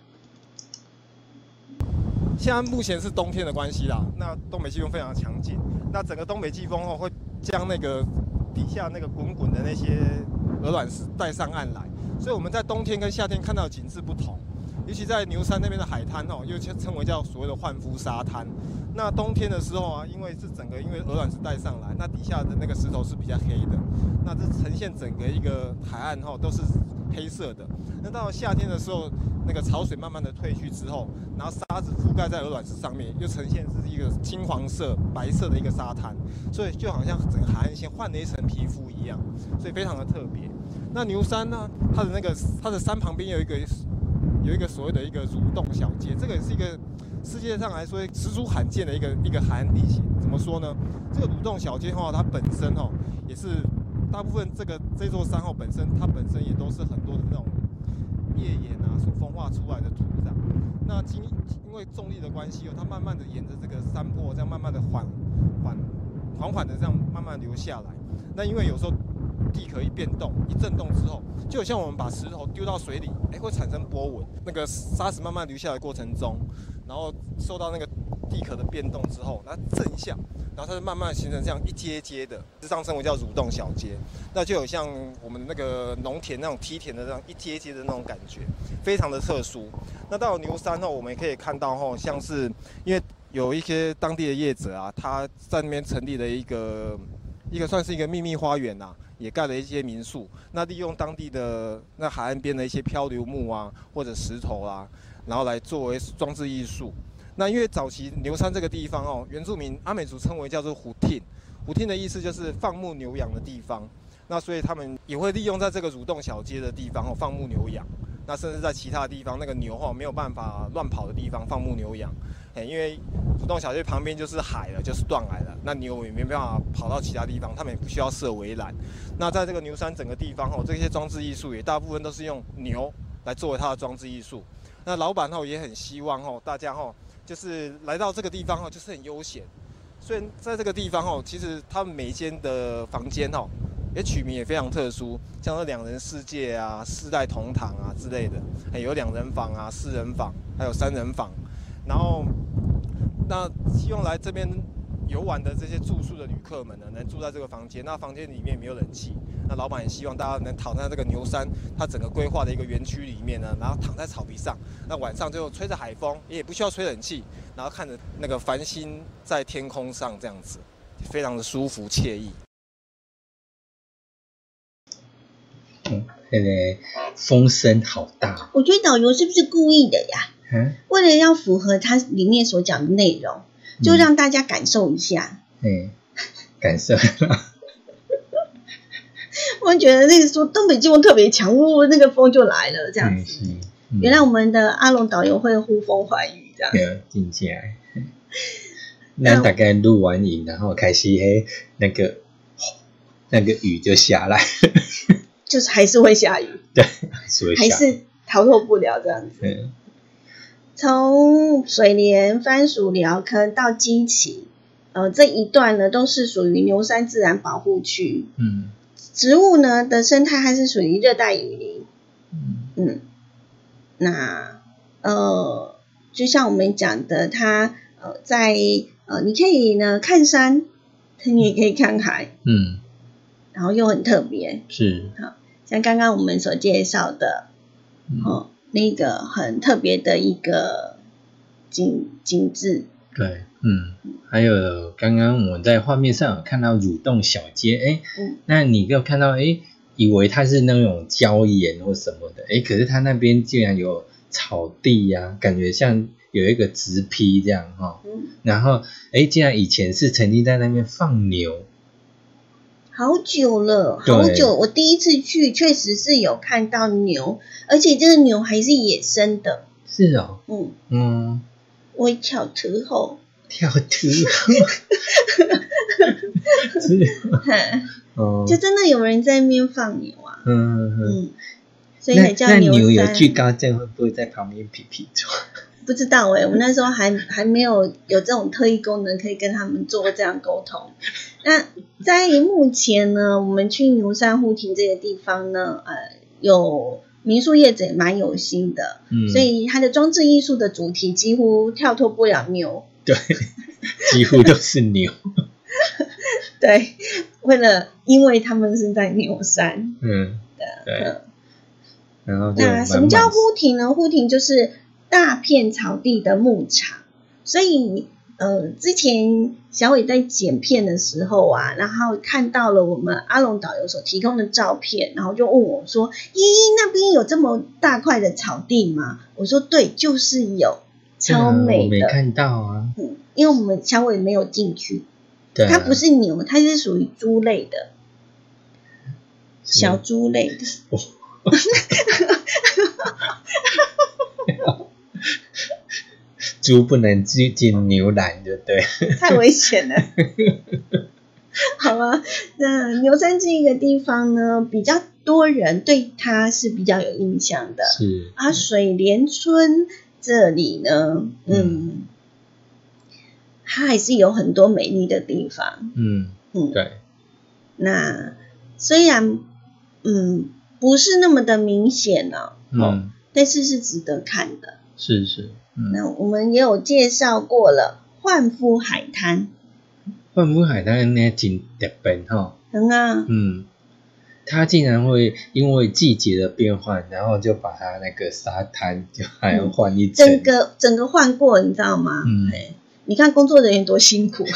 现在目前是冬天的关系啦，那东北季风非常强劲，那整个东北季风哦会将那个底下那个滚滚的那些鹅卵石带上岸来，所以我们在冬天跟夏天看到的景致不同。尤其在牛山那边的海滩哦，又称为叫所谓的幻肤沙滩。那冬天的时候啊，因为是整个因为鹅卵石带上来，那底下的那个石头是比较黑的，那这呈现整个一个海岸哈都是黑色的。那到了夏天的时候，那个潮水慢慢的退去之后，然后沙子覆盖在鹅卵石上面，又呈现是一个金黄色、白色的一个沙滩，所以就好像整个海岸线换了一层皮肤一样，所以非常的特别。那牛山呢，它的那个它的山旁边有一个。有一个所谓的一个蠕动小街，这个也是一个世界上来说实属罕见的一个一个海岸地形。怎么说呢？这个蠕动小街哈，它本身哈也是大部分这个这座山号本身，它本身也都是很多的那种页岩啊所风化出来的土壤。那经因为重力的关系哦，它慢慢的沿着这个山坡这样慢慢的缓缓缓缓的这样慢慢流下来。那因为有时候地壳一变动，一震动之后，就好像我们把石头丢到水里，哎，会产生波纹。那个沙石慢慢流下来的过程中，然后受到那个地壳的变动之后，它震一下，然后它就慢慢形成这样一阶阶的，这上称为叫蠕动小街。那就有像我们那个农田那种梯田的这样一阶阶的那种感觉，非常的特殊。那到了牛山后，我们也可以看到后，像是因为有一些当地的业者啊，他在那边成立了一个一个算是一个秘密花园啊。也盖了一些民宿，那利用当地的那海岸边的一些漂流木啊，或者石头啊，然后来作为装置艺术。那因为早期牛山这个地方哦，原住民阿美族称为叫做虎汀，虎汀的意思就是放牧牛羊的地方。那所以他们也会利用在这个蠕动小街的地方哦放牧牛羊。那甚至在其他地方那个牛哦没有办法乱跑的地方放牧牛羊。因为蠕动小街旁边就是海了，就是断崖了，那牛也没办法跑到其他地方，他们也不需要设围栏。那在这个牛山整个地方哦，这些装置艺术也大部分都是用牛来作为它的装置艺术。那老板哦也很希望哦大家哦就是来到这个地方哦就是很悠闲， 所以在这个地方哦，其实他们每一间的房间哦，也取名也非常特殊，像是两人世界啊、世代同堂啊之类的，还有两人房啊、四人房，还有三人房。然后，那希望来这边游玩的这些住宿的旅客们呢，能住在这个房间。那房间里面没有冷气，那老板也希望大家能躺在这个牛山它整个规划的一个园区里面呢，然后躺在草皮上，那晚上就吹着海风，也不需要吹冷气，然后看着那个繁星在天空上这样子，非常的舒服惬意。 嗯，那个风声好大。 我觉得导游是不是故意的呀？嗯，为了要符合它里面所讲的内容，就让大家感受一下。 嗯，感受。 我觉得那个说东北季风特别强，呜，那个风就来了，这样子。嗯嗯、原来我们的阿龙导游会呼风唤雨，这样。 对，听起来。那大概录完影，然后开始嘿，那个那个雨就下来。 就是还是会下雨。 对，还是会下雨。 还是逃脱不了这样子。嗯。从水莲、番薯寮坑到基奇，呃，这一段呢都是属于牛山自然保护区。嗯，植物呢的生态还是属于热带雨林。嗯嗯，那呃，就像我们讲的，它呃在呃，你可以呢看山，你也可以看海。嗯，然后又很特别。 是。 好，像刚刚我们所介绍的，嗯、哦。那个很特别的一个景景致， 对，嗯，还有刚刚我们在画面上有看到蠕动小街，哎，嗯，那你就看到，哎，以为它是那种礁岩或什么的，哎，可是它那边竟然有草地呀、啊，感觉像有一个植坯这样哈、哦，嗯，然后，哎，竟然以前是曾经在那边放牛。 好久了，好久！我第一次去，确实是有看到牛，而且这个牛还是野生的。 是哦，嗯嗯，我跳图后， 跳图后，是哦，就真的有人在那边放牛啊，嗯嗯，所以才叫牛山。那牛有惧高症，会不会在旁边皮皮抓？ 不知道哎、欸，我那时候还还没有有这种特异功能，可以跟他们做这样沟通。那在目前呢，我们去牛山护亭这个地方呢，呃，有民宿业者也蛮有心的，嗯，所以它的装置艺术的主题几乎跳脱不了牛， 对，几乎都是牛， 对，为了因为他们是在牛山，嗯，对， 嗯、然后那什么叫护亭呢？护亭就是大片草地的牧场，所以呃，之前小伟在剪片的时候啊，然后看到了我们阿龙导游所提供的照片，然后就问我说：“咦，那边有这么大块的草地吗？”我说：“对，就是有，超美的。” 我没看到啊， 嗯，因为我们小伟没有进去，对、啊，它不是牛，它是属于猪类的，小猪类的。哦猪不能进进牛栏，就对， 太危险了。好了，那牛山这个地方呢，比较多人对它是比较有印象的。 是啊，水莲村这里呢，嗯，嗯它还是有很多美丽的地方。 嗯嗯，对。 那虽然嗯不是那么的明显呢、哦，嗯、哦，但是是值得看的。 是是。嗯、 那我们也有介绍过了焕肤海滩， 焕肤海滩呢挺特别哈， 嗯啊， 嗯，它竟然会因为季节的变换，然后就把它那个沙滩就还要换一层、 嗯，整个整个换过，你知道吗？嗯，你看工作人员多辛苦，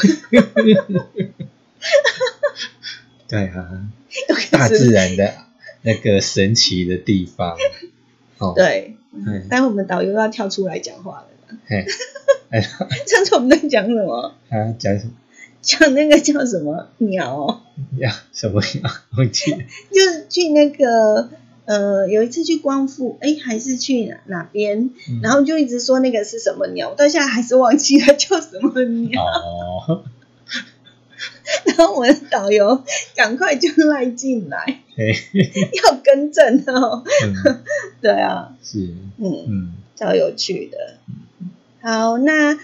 对啊，大自然的那个神奇的地方， 哦，对。嗯，待会我们导游要跳出来讲话了。嘿，上次我们在讲什么？ 啊，讲什么？ 讲那个叫什么鸟？ 呀，什么鸟？忘记了。 就是去那个呃，有一次去光复，哎，还是去哪哪边、嗯？然后就一直说那个是什么鸟，到现在还是忘记了叫什么鸟。哦。然后我的导游赶快就赖进来，要更正哦、嗯。对啊， 是， 嗯嗯，超有趣的。好，那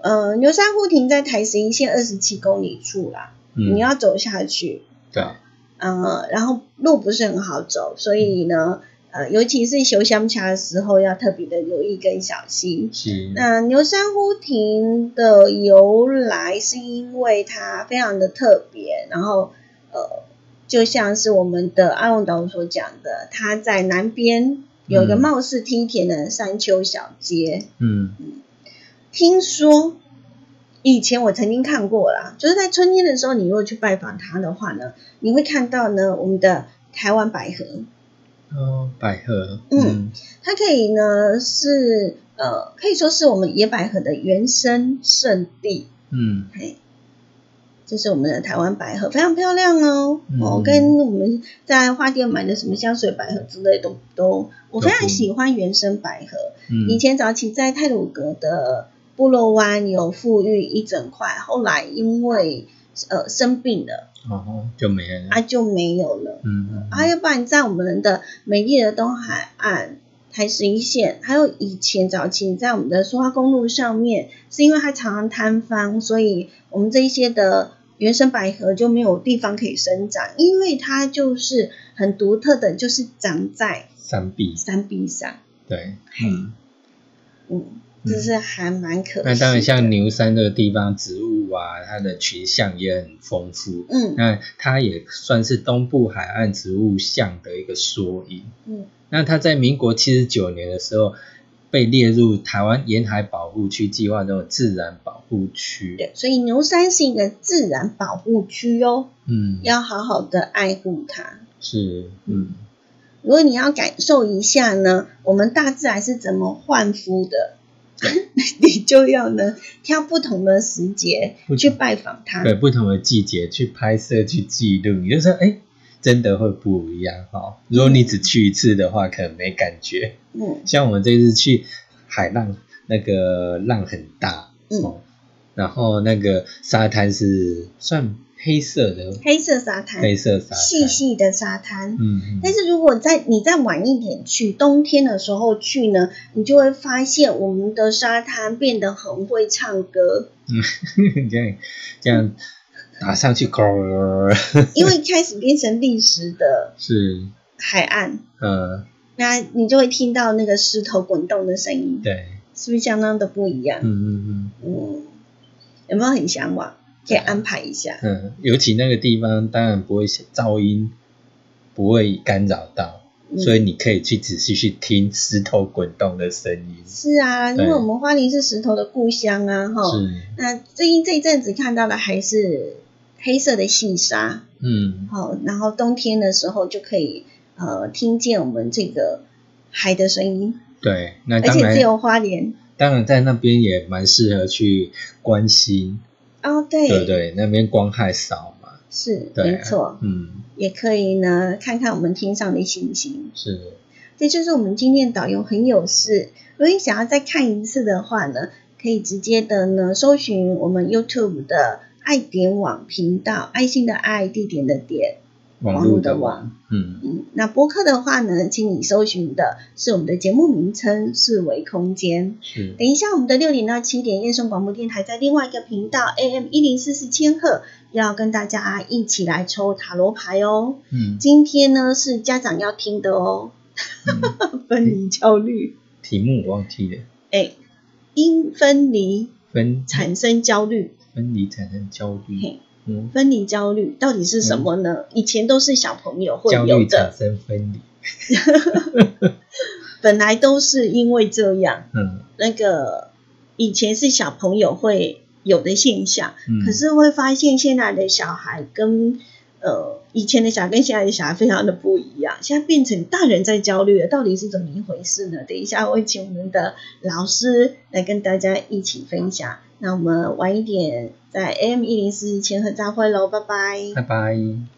呃，牛山户町在台十一线二十七公里处啦，嗯、你要走下去。 对。 呃，然后路不是很好走，所以呢，呃，尤其是修乡卡的时候，要特别的留意跟小心。 是。 那牛山户町的由来是因为它非常的特别，然后呃，就像是我们的阿勇导所讲的，它在南边有一个貌似梯田的山丘小街。嗯嗯，听说。以前我曾经看过啦，就是在春天的时候，你如果去拜访它的话呢，你会看到呢我们的台湾百合。 哦，百合， 嗯，嗯它可以呢是呃，可以说是我们野百合的原生圣地。嗯，嘿，这是我们的台湾百合，非常漂亮哦。嗯、哦，跟我们在花店买的什么香水百合之类都都，我非常喜欢原生百合。嗯，以前早期在太鲁阁的部落湾有富裕一整块，后来因为呃生病了， 哦，就没了， 啊就没有了，嗯嗯，啊，要不然在我们的美丽的东海岸、台十一线，还有以前早期在我们的苏花公路上面，是因为它常常坍方，所以我们这一些的原生百合就没有地方可以生长，因为它就是很独特的，就是长在山壁山壁上， 对，嗯嗯。就是还蛮可惜的。 那当然，像牛山这个地方，植物啊，它的群像也很丰富。嗯，那它也算是东部海岸植物像的一个缩影。嗯，那它在民国七十九年的时候，被列入台湾沿海保护区计划中的自然保护区。 对，所以牛山是一个自然保护区哦。嗯，要好好的爱护它。 是，嗯。 如果你要感受一下呢，我们大自然是怎么焕肤的。你就要呢挑不同的时节去拜访它， 对，不同的季节去拍摄去记录，你就说哎，真的会不一样哈、哦。如果你只去一次的话，可能没感觉。嗯，像我们这次去海浪，那个浪很大，嗯，哦、然后那个沙滩是算黑色的， 黑色沙滩， 黑色沙滩， 细细的沙滩。嗯, 嗯，但是如果在你再晚一点去，冬天的时候去呢，你就会发现我们的沙滩变得很会唱歌。 嗯，这样这样打上去， 因为开始变成砾石的， 是海岸。嗯，那你就会听到那个石头滚动的声音。 对， 是不是相当的不一样？ 嗯嗯嗯嗯，有没有很向往？可以安排一下， 嗯，尤其那个地方当然不会噪音，不会干扰到，嗯、所以你可以去仔细去听石头滚动的声音。 是啊，因为我们花莲是石头的故乡啊，哈。是。那最近这一阵子看到的还是黑色的细沙，嗯，好，然后冬天的时候就可以呃听见我们这个海的声音。 对，那当然， 而且只有花莲。 当然，在那边也蛮适合去观星。 哦，对， 对对，那边光害少嘛， 是，啊、没错，嗯，也可以呢，看看我们天上的星星， 是， 这就是我们今天导游很有事。如果你想要再看一次的话呢，可以直接的呢搜寻我们 YouTube 的爱点网频道，爱心的爱，地点的点， 网络的网， 嗯嗯。那播客的话呢，请你搜寻的是我们的节目名称四维空间。是。等一下我们的六点到七点，燕声广播电台在另外一个频道 A M 一零四四千赫，要跟大家一起来抽塔罗牌哦。嗯。今天呢是家长要听的哦。嗯、分离焦虑。 题目我忘记了。 哎，因分离分产生焦虑。 分离产生焦虑。嘿。 嗯、分离焦虑到底是什么呢？嗯、以前都是小朋友会有的， 焦虑产生分离， 本来都是因为这样。嗯，那个以前是小朋友会有的现象，嗯、可是会发现现在的小孩跟呃以前的小孩跟现在的小孩非常的不一样，现在变成大人在焦虑了，到底是怎么一回事呢？等一下我会请我们的老师来跟大家一起分享。那我们晚一点在 A M 一零四千赫再会喽，拜拜， 拜拜。